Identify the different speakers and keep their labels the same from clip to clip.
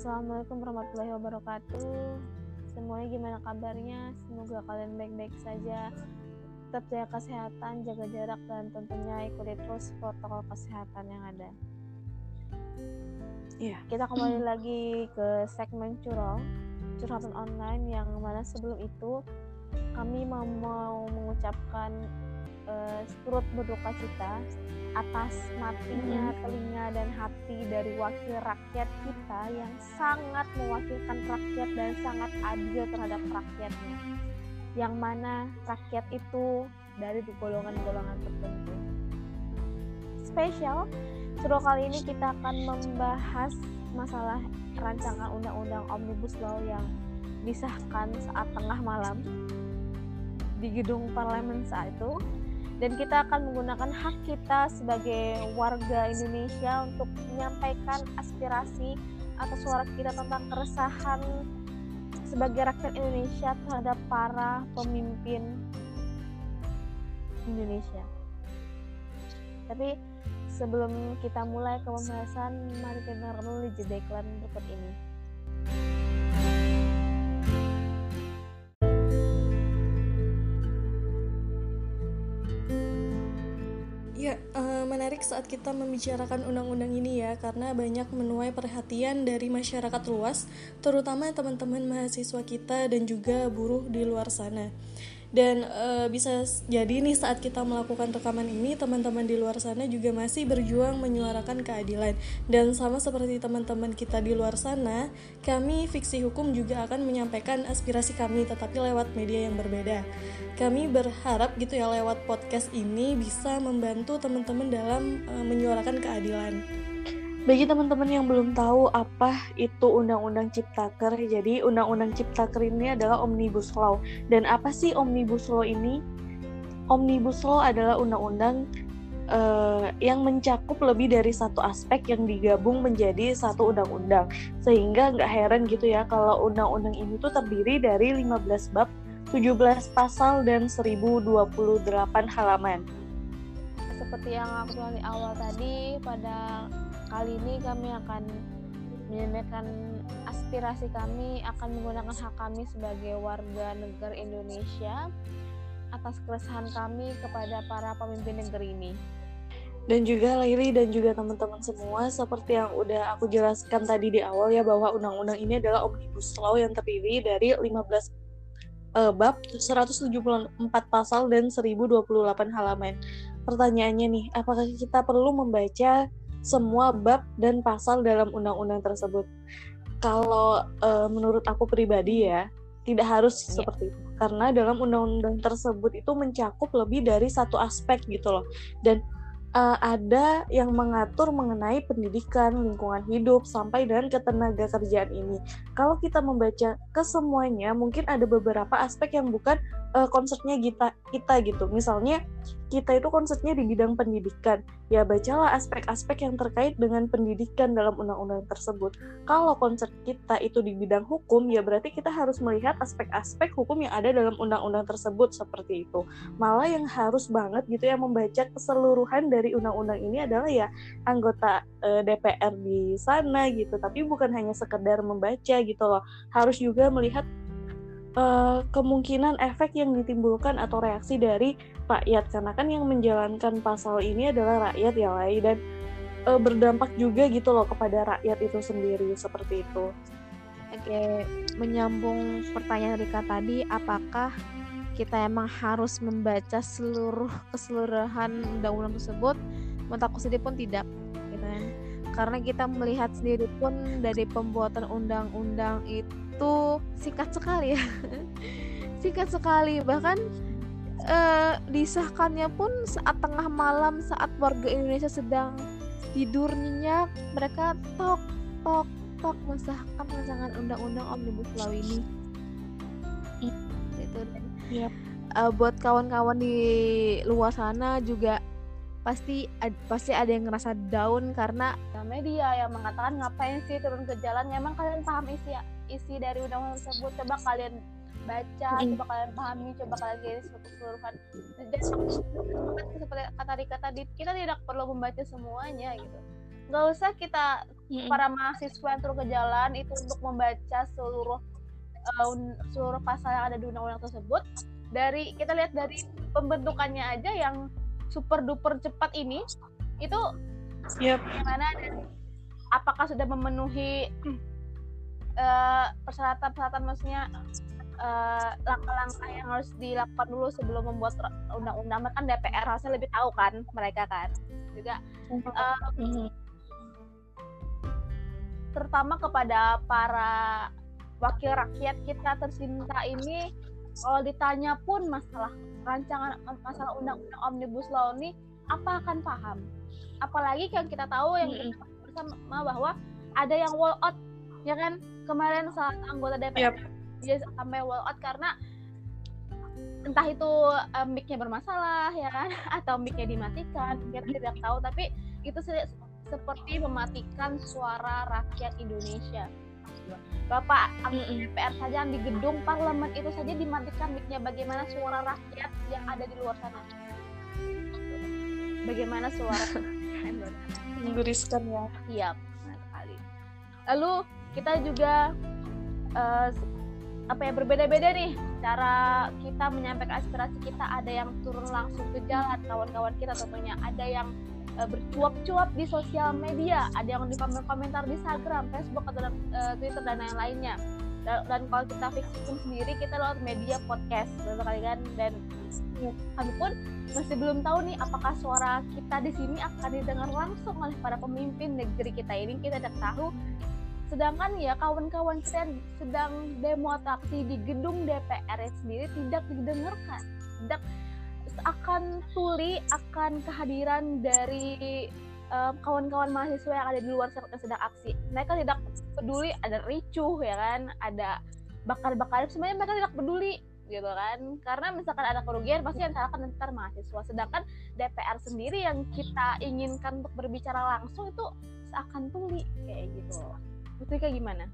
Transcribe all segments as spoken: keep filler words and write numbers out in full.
Speaker 1: Assalamualaikum warahmatullahi wabarakatuh. Semuanya gimana kabarnya? Semoga kalian baik-baik saja. Tetap jaga kesehatan, jaga jarak, dan tentunya ikuti terus protokol kesehatan yang ada.
Speaker 2: Iya.
Speaker 1: Kita kembali lagi ke segmen curol, curhatan online, yang mana sebelum itu kami mau, mau mengucapkan uh, turut berduka cita atas matinya telinga dan hati dari wakil rakyat kita yang sangat mewakilkan rakyat dan sangat adil terhadap rakyatnya, yang mana rakyat itu dari golongan-golongan tertentu. Spesial, curol kali ini kita akan membahas masalah rancangan undang-undang Omnibus Law yang disahkan saat tengah malam di gedung parlemen saat itu. Dan kita akan menggunakan hak kita sebagai warga Indonesia untuk menyampaikan aspirasi atau suara kita tentang keresahan sebagai rakyat Indonesia terhadap para pemimpin Indonesia. Tapi sebelum kita mulai ke pembahasan, mari kita dengar dulu jeda iklan berikut ini.
Speaker 2: Ya, uh, menarik saat kita membicarakan undang-undang ini ya, karena banyak menuai perhatian dari masyarakat luas, terutama teman-teman mahasiswa kita dan juga buruh di luar sana. Dan uh, bisa jadi nih saat kita melakukan rekaman ini, teman-teman di luar sana juga masih berjuang menyuarakan keadilan. Dan sama seperti teman-teman kita di luar sana, kami Fiksi Hukum juga akan menyampaikan aspirasi kami, tetapi lewat media yang berbeda. Kami berharap gitu ya, lewat podcast ini bisa membantu teman-teman dalam uh, menyuarakan keadilan. Bagi teman-teman yang belum tahu apa itu Undang-Undang Ciptaker, jadi Undang-Undang Ciptaker ini adalah Omnibus Law. Dan apa sih Omnibus Law ini? Omnibus Law adalah undang-undang uh, yang mencakup lebih dari satu aspek yang digabung menjadi satu undang-undang. Sehingga nggak heran gitu ya kalau undang-undang ini tuh terdiri dari lima belas bab, tujuh belas pasal, dan seribu dua puluh delapan halaman.
Speaker 1: Seperti yang aku bilang di awal tadi, pada kali ini kami akan menyampaikan aspirasi kami, akan menggunakan hak kami sebagai warga negara Indonesia atas keresahan kami kepada para pemimpin negeri ini.
Speaker 2: Dan juga Lairi dan juga teman-teman semua, seperti yang udah aku jelaskan tadi di awal ya, bahwa undang-undang ini adalah Omnibus Law yang terdiri dari lima belas uh, bab, seratus tujuh puluh empat pasal, dan seribu dua puluh delapan halaman. Pertanyaannya nih, apakah kita perlu membaca semua bab dan pasal dalam undang-undang tersebut? Kalau uh, menurut aku pribadi ya, tidak harus yeah. seperti itu. Karena dalam undang-undang tersebut itu mencakup lebih dari satu aspek gitu loh. Dan uh, ada yang mengatur mengenai pendidikan, lingkungan hidup, sampai dengan ketenaga kerjaan ini. Kalau kita membaca kesemuanya, mungkin ada beberapa aspek yang bukan uh, konsepnya kita, kita gitu. Misalnya kita itu konsepnya di bidang pendidikan, ya bacalah aspek-aspek yang terkait dengan pendidikan dalam undang-undang tersebut. Kalau konsep kita itu di bidang hukum, ya berarti kita harus melihat aspek-aspek hukum yang ada dalam undang-undang tersebut, seperti itu. Malah yang harus banget gitu ya membaca keseluruhan dari undang-undang ini adalah ya anggota e, D P R di sana gitu, tapi bukan hanya sekedar membaca gitu loh, harus juga melihat Uh, kemungkinan efek yang ditimbulkan atau reaksi dari rakyat, karena kan yang menjalankan pasal ini adalah rakyat ya Lai, dan uh, berdampak juga gitu loh kepada rakyat itu sendiri, seperti itu.
Speaker 1: Oke, menyambung pertanyaan Rika tadi, apakah kita emang harus membaca seluruh keseluruhan undang-undang tersebut? Menurut aku sendiri pun tidak, gitu kan? Karena kita melihat sendiri pun dari pembuatan undang-undang itu itu singkat sekali ya singkat sekali bahkan eh, disahkannya pun saat tengah malam, saat warga Indonesia sedang tidur nyenyak, mereka tok tok tok mensahkan rancangan undang-undang Omnibus Law ini. Itu dan
Speaker 2: yep.
Speaker 1: uh, buat kawan-kawan di luar sana juga pasti ad, pasti ada yang ngerasa down karena media yang mengatakan ngapain sih turun ke jalan. Emang kalian paham isi isi dari undang-undang tersebut? Coba kalian baca, mm. coba kalian pahami, coba kalian garis keseluruhan. Dan seperti kata Rika tadi, kita tidak perlu membaca semuanya gitu. nggak usah kita
Speaker 2: Mm-mm.
Speaker 1: para mahasiswa yang turun ke jalan itu untuk membaca seluruh uh, seluruh pasal yang ada di undang-undang tersebut. Dari kita lihat dari pembentukannya aja yang super duper cepat ini, itu
Speaker 2: Yep.
Speaker 1: gimana? Apakah sudah memenuhi uh, persyaratan-persyaratan, maksudnya uh, langkah-langkah yang harus dilakukan dulu sebelum membuat undang-undang? Kan D P R harusnya lebih tahu kan, mereka kan juga. Uh,
Speaker 2: mm-hmm.
Speaker 1: Terutama kepada para wakil rakyat kita tercinta ini, kalau ditanya pun masalah rancangan masalah undang-undang Omnibus Law ini apa akan paham? Apalagi kan kita tahu yang kita bersama bahwa ada yang wall out, ya kan? Kemarin salah anggota D P R yep. dia sampai wall out karena entah itu um, mic-nya bermasalah, ya kan? Atau mic-nya dimatikan, kita tidak tahu. Tapi itu se- seperti mematikan suara rakyat Indonesia. Bapak anggota D P R saja yang di gedung parlemen itu saja dimatikan mic-nya, bagaimana suara rakyat yang ada di luar sana? Bagaimana suara
Speaker 2: menggeriskan ya.
Speaker 1: Iya, benar sekali. Lalu kita juga uh, apa ya berbeda-beda nih cara kita menyampaikan aspirasi kita. Ada yang turun langsung ke jalan, kawan-kawan kita tentunya. Ada yang uh, bercuap-cuap di sosial media, ada yang di komentar di Instagram, Facebook atau uh, Twitter dan yang lainnya. Dan, dan kalau kita fixing sendiri, kita lewat media podcast, betul kali kan? Dan ya, kami pun masih belum tahu nih apakah suara kita di sini akan didengar langsung oleh para pemimpin negeri kita ini. Kita tidak tahu. Sedangkan ya kawan-kawan kita yang sedang demo atau aksi di gedung D P R sendiri tidak didengarkan, tidak akan tuli akan kehadiran dari um, kawan-kawan mahasiswa yang ada di luar sana yang sedang aksi. Mereka tidak peduli ada ricuh, ya kan, ada bakar-bakar, sebenarnya mereka tidak peduli gitu kan, karena misalkan ada kerugian pasti yang salahkan ntar mahasiswa. Sedangkan D P R sendiri yang kita inginkan untuk berbicara langsung itu seakan tuli kayak gitu. Itu kayak gimana?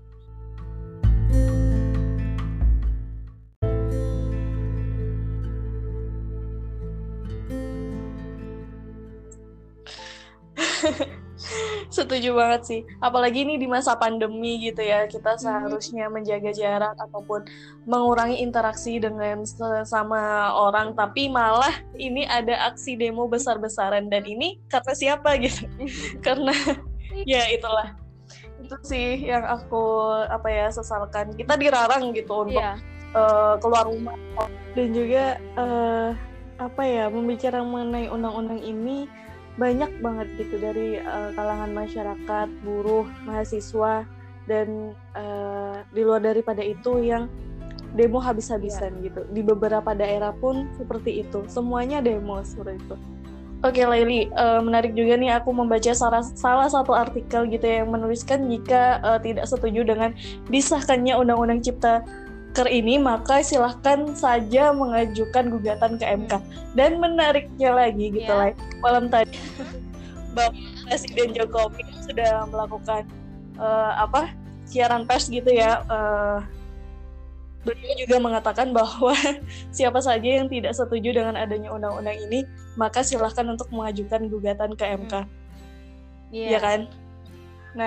Speaker 2: Setuju banget sih. Apalagi ini di masa pandemi gitu ya, kita seharusnya menjaga jarak ataupun mengurangi interaksi dengan sesama orang, tapi malah ini ada aksi demo besar-besaran, dan ini kata siapa gitu? Karena ya itulah. Itu sih yang aku apa ya sesalkan. Kita dilarang gitu untuk yeah. uh, keluar rumah, dan juga uh, apa ya membicarakan mengenai undang-undang ini banyak banget gitu dari uh, kalangan masyarakat, buruh, mahasiswa, dan uh, di luar daripada itu yang demo habis-habisan yeah. gitu. Di beberapa daerah pun seperti itu, semuanya demo seperti itu. Oke Laili, uh, menarik juga nih aku membaca salah, salah satu artikel gitu yang menuliskan jika uh, tidak setuju dengan disahkannya Undang-Undang Cipta Ker ini, maka silahkan saja mengajukan gugatan ke M K. Dan menariknya lagi gitu yeah. lah, malam tadi Bapak Presiden Jokowi sudah melakukan uh, apa siaran pers gitu ya. Uh, Beliau juga mengatakan bahwa siapa saja yang tidak setuju dengan adanya undang-undang ini, maka silahkan untuk mengajukan gugatan ke M K. Iya yeah. kan? Nah,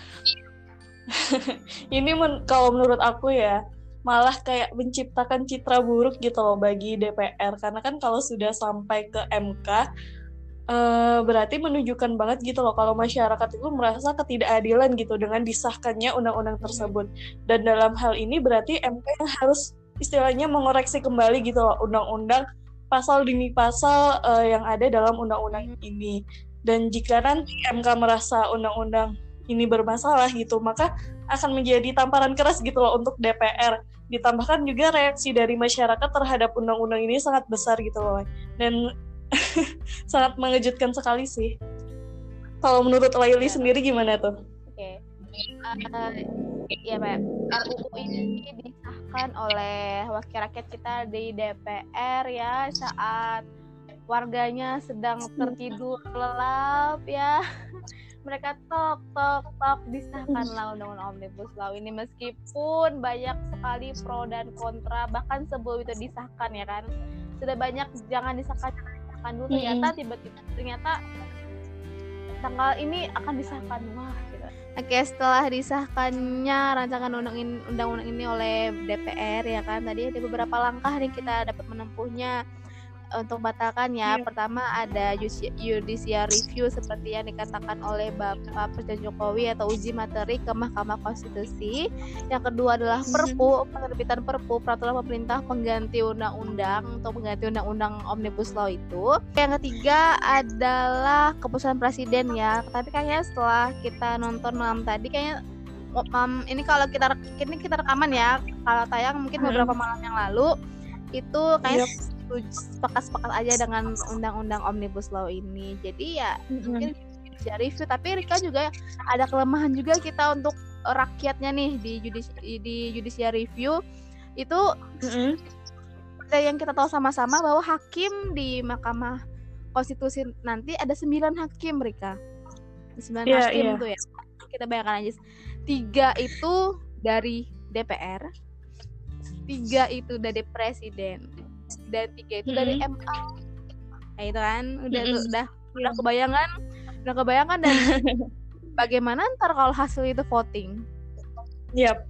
Speaker 2: ini men- kalau menurut aku ya, malah kayak menciptakan citra buruk gitu loh bagi D P R. Karena kan kalau sudah sampai ke M K, Uh, berarti menunjukkan banget gitu loh kalau masyarakat itu merasa ketidakadilan gitu dengan disahkannya undang-undang tersebut. Dan dalam hal ini berarti M K yang harus istilahnya mengoreksi kembali gitu loh undang-undang pasal demi pasal uh, yang ada dalam undang-undang ini. Dan jika nanti M K merasa undang-undang ini bermasalah gitu, maka akan menjadi tamparan keras gitu loh untuk D P R. Ditambahkan juga reaksi dari masyarakat terhadap undang-undang ini sangat besar gitu loh. Dan sangat mengejutkan sekali sih. Kalau menurut Laili ya, sendiri gimana tuh?
Speaker 1: Oke, okay. uh, ya Pak, R U U ini disahkan oleh wakil rakyat kita di D P R ya saat warganya sedang tertidur lelap ya. Mereka tok tok tok disahkanlah undang-undang Omnibus Law ini, meskipun banyak sekali pro dan kontra, bahkan sebelum itu disahkan ya kan sudah banyak jangan disahkan kan dulu, ternyata tiba-tiba ternyata tanggal ini akan disahkan. Wah, gitu. Oke, setelah disahkannya rancangan undang-undang ini oleh D P R ya kan, tadi ada beberapa langkah nih kita dapat menempuhnya untuk batalkan ya. Yeah. Pertama ada judicial review seperti yang dikatakan oleh Bapak Presiden Jokowi atau uji materi ke Mahkamah Konstitusi. Yang kedua adalah Perpu, penerbitan Perpu peraturan pemerintah pengganti undang-undang atau pengganti undang-undang Omnibus Law itu. Yang ketiga adalah keputusan presiden ya. Tapi kayaknya setelah kita nonton malam tadi kayaknya um, ini kalau kita ini kita rekaman ya. Kalau tayang mungkin beberapa malam yang lalu itu kayak yep. sepakat-sepakat aja dengan undang-undang Omnibus Law ini. Jadi ya mm-hmm. mungkin bisa review, tapi Rika juga ada kelemahan juga kita untuk rakyatnya nih di judis di judicial review itu mm-hmm. yang kita tahu sama-sama bahwa hakim di Mahkamah Konstitusi nanti ada sembilan hakim, Rika. sembilan yeah, hakim yeah. tuh ya. Kita bayangkan aja. Tiga itu dari D P R, tiga itu dari presiden, dan tiga itu mm-hmm. dari M A. Nah itu kan udah mm-hmm. tuh udah udah kebayangan, udah kebayangan dan bagaimana ntar kalau hasil itu voting?
Speaker 2: Yap.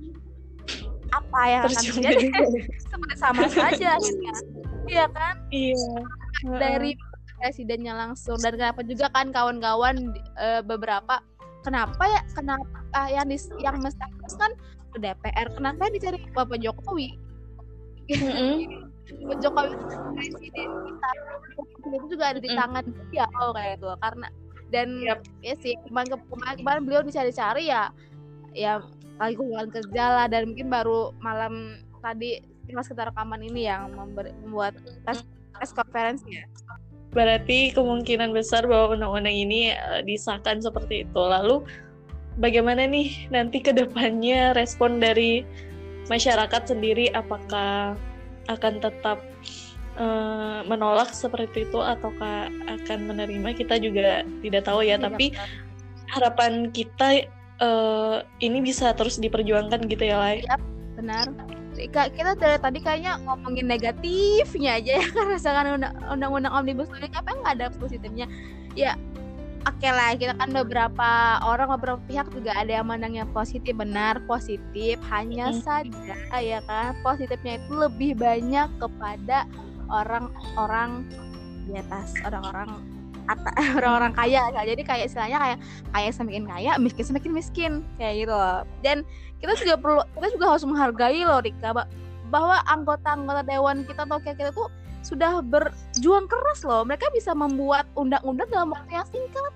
Speaker 1: Apa yang akan terjadi? Seperti sama saja kan? Iya kan? Iya. Dari presidennya langsung, dan kenapa juga kan kawan-kawan e, beberapa kenapa ya kenapa ah, yang dis, yang mesti kan ke D P R, kenapa dicari Bapak Jokowi? Mm-hmm. Jokowi presiden kita itu juga ada di tangan dia oh kayak itu karena dan yep. ya sih kemarin kemarin beliau dicari-cari ya ya lagi kunjungan kerja lah, dan mungkin baru malam tadi pas kita rekaman ini yang member, membuat press press conference ya.
Speaker 2: Berarti kemungkinan besar bahwa undang-undang ini uh, disahkan seperti itu. Lalu bagaimana nih nanti ke depannya respon dari masyarakat sendiri, apakah akan tetap uh, menolak seperti itu ataukah akan menerima, kita juga tidak tahu ya, tapi harapan kita uh, ini bisa terus diperjuangkan gitu ya, Lai.
Speaker 1: Yap, benar. Kita dari tadi kayaknya ngomongin negatifnya aja ya, karena misalkan undang-undang Omnibus Law ini apa nggak ada positifnya ya. Oke okay lah, kita kan beberapa orang, beberapa pihak juga ada yang mandangnya positif, benar positif, hanya hmm. saja ya kan positifnya itu lebih banyak kepada orang-orang di atas, orang-orang atas, orang-orang kaya. Jadi kayak istilahnya kayak kaya semakin kaya, miskin semakin miskin kayak gitu loh. Dan kita juga perlu, kita juga harus menghargai loh Rika, bahwa anggota-anggota dewan kita atau kita tuh sudah berjuang keras loh. Mereka bisa membuat undang-undang dalam waktu yang singkat.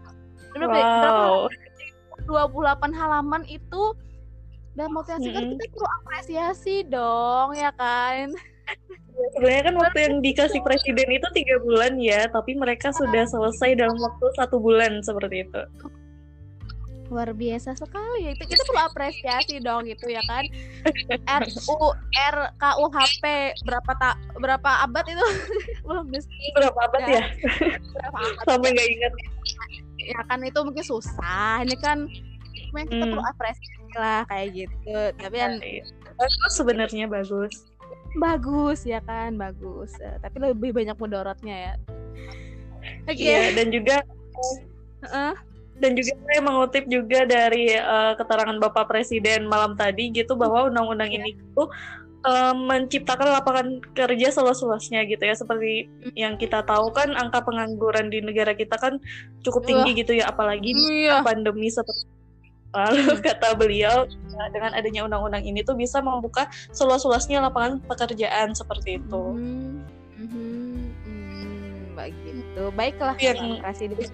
Speaker 2: Wow.
Speaker 1: dua puluh delapan halaman itu dalam waktu yang singkat, mm-hmm. kita perlu apresiasi dong, ya kan?
Speaker 2: Ya, sebenarnya kan waktu yang dikasih presiden itu tiga bulan ya, tapi mereka sudah selesai dalam waktu satu bulan seperti itu.
Speaker 1: Luar biasa sekali, itu kita perlu apresiasi dong gitu ya kan. R U R K U H P berapa tak berapa abad itu belum
Speaker 2: berapa abad ya, ya?
Speaker 1: Berapa abad
Speaker 2: sampai nggak ingat
Speaker 1: ya kan, itu mungkin susah ini kan, kita hmm. perlu apresiasi lah kayak gitu. Tapi kan
Speaker 2: bagus, sebenarnya bagus
Speaker 1: bagus ya kan, bagus, tapi lebih banyak mudorotnya ya.
Speaker 2: Oke okay. Iya, dan juga uh. Dan juga saya mengutip juga dari uh, keterangan Bapak Presiden malam tadi gitu, bahwa undang-undang yeah. ini itu uh, menciptakan lapangan kerja seluas-luasnya gitu ya. Seperti mm. yang kita tahu kan angka pengangguran di negara kita kan cukup tinggi uh. gitu ya, apalagi yeah. pandemi seperti lalu mm. kata beliau ya, dengan adanya undang-undang ini tuh bisa membuka seluas-luasnya lapangan pekerjaan seperti itu.
Speaker 1: Mm. Mm-hmm. Mm, begitu. Baiklah
Speaker 2: yang
Speaker 1: Presiden.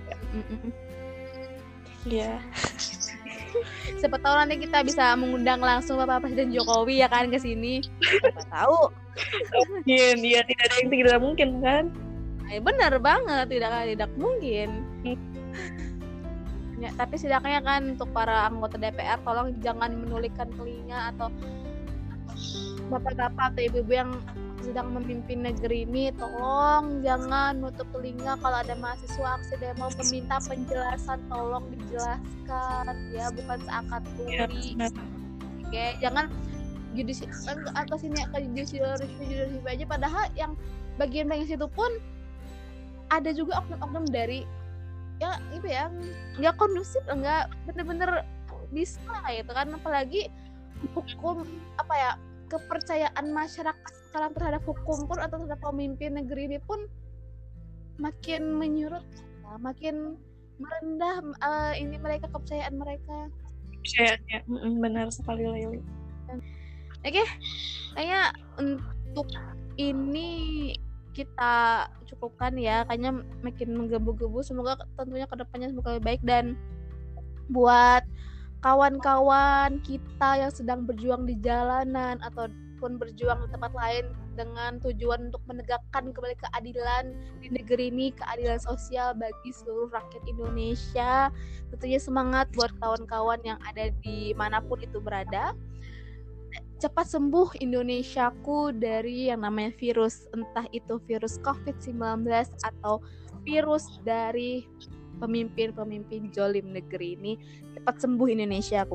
Speaker 2: Iya.
Speaker 1: Siapa tahu nanti kita bisa mengundang langsung Bapak Presiden Jokowi ya kan ke sini. Siapa tahu.
Speaker 2: Iya, dia tidak ada yang tidak mungkin kan?
Speaker 1: Eh, benar banget, tidak tidak mungkin. Ya, tapi setidaknya kan untuk para anggota D P R, tolong jangan menulikkan telinga, atau bapak-bapak atau ibu-ibu yang sedang memimpin negeri ini, tolong jangan nutup telinga kalau ada mahasiswa aksi demo meminta penjelasan, tolong dijelaskan ya, bukan seakat tuli. Ya, oke, jangan judicial atau sini ke judicial review aja, padahal yang bagian-bagian situ pun ada juga oknum-oknum dari ya itu ya nggak kondusif, nggak bener-bener bisa gitu kan, apalagi hukum apa ya, kepercayaan masyarakat sekarang terhadap hukum pun atau terhadap pemimpin negeri ini pun makin menyurut, makin merendah uh, ini mereka, kepercayaan mereka.
Speaker 2: Kepercayaannya, benar sekali Laili.
Speaker 1: Oke, okay. Kayaknya untuk ini kita cukupkan ya, kayaknya makin menggebu-gebu. Semoga tentunya kedepannya semoga lebih baik, dan buat kawan-kawan kita yang sedang berjuang di jalanan ataupun berjuang di tempat lain dengan tujuan untuk menegakkan kembali keadilan di negeri ini, keadilan sosial bagi seluruh rakyat Indonesia. Tentunya semangat buat kawan-kawan yang ada di manapun itu berada. Cepat sembuh Indonesiaku dari yang namanya virus, entah itu virus covid sembilan belas atau virus dari pemimpin-pemimpin jolim negeri ini. Cepat sembuh Indonesiaku.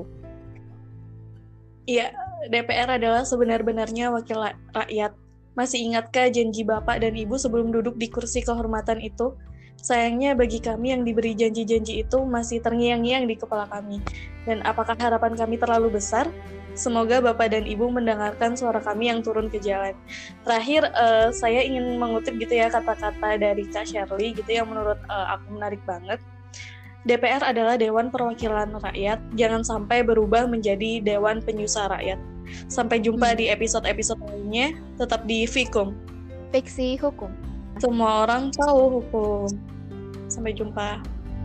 Speaker 2: Iya, D P R adalah sebenar-benarnya wakil rakyat. Masih ingatkah janji Bapak dan Ibu sebelum duduk di kursi kehormatan itu? Sayangnya bagi kami yang diberi janji-janji itu masih terngiang-ngiang di kepala kami. Dan apakah harapan kami terlalu besar? Semoga Bapak dan Ibu mendengarkan suara kami yang turun ke jalan. Terakhir, uh, saya ingin mengutip gitu ya kata-kata dari Kak Shirley gitu yang menurut uh, aku menarik banget. D P R adalah Dewan Perwakilan Rakyat, jangan sampai berubah menjadi Dewan Penyusah Rakyat. Sampai jumpa hmm. di episode-episode lainnya, tetap di Fikum.
Speaker 1: Fiksi Hukum.
Speaker 2: Semua orang tahu hukum. Sampai jumpa.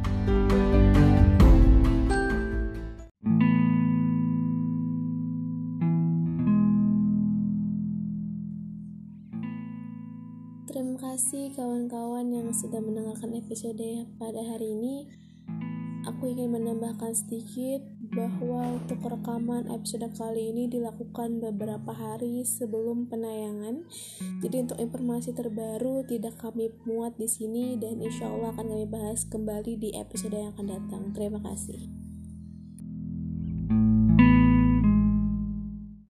Speaker 3: Terima kasih kawan-kawan yang sudah mendengarkan episode pada hari ini. Aku ingin menambahkan sedikit bahwa untuk rekaman episode kali ini dilakukan beberapa hari sebelum penayangan. Jadi untuk informasi terbaru tidak kami muat di sini dan insya Allah akan kami bahas kembali di episode yang akan datang. Terima kasih.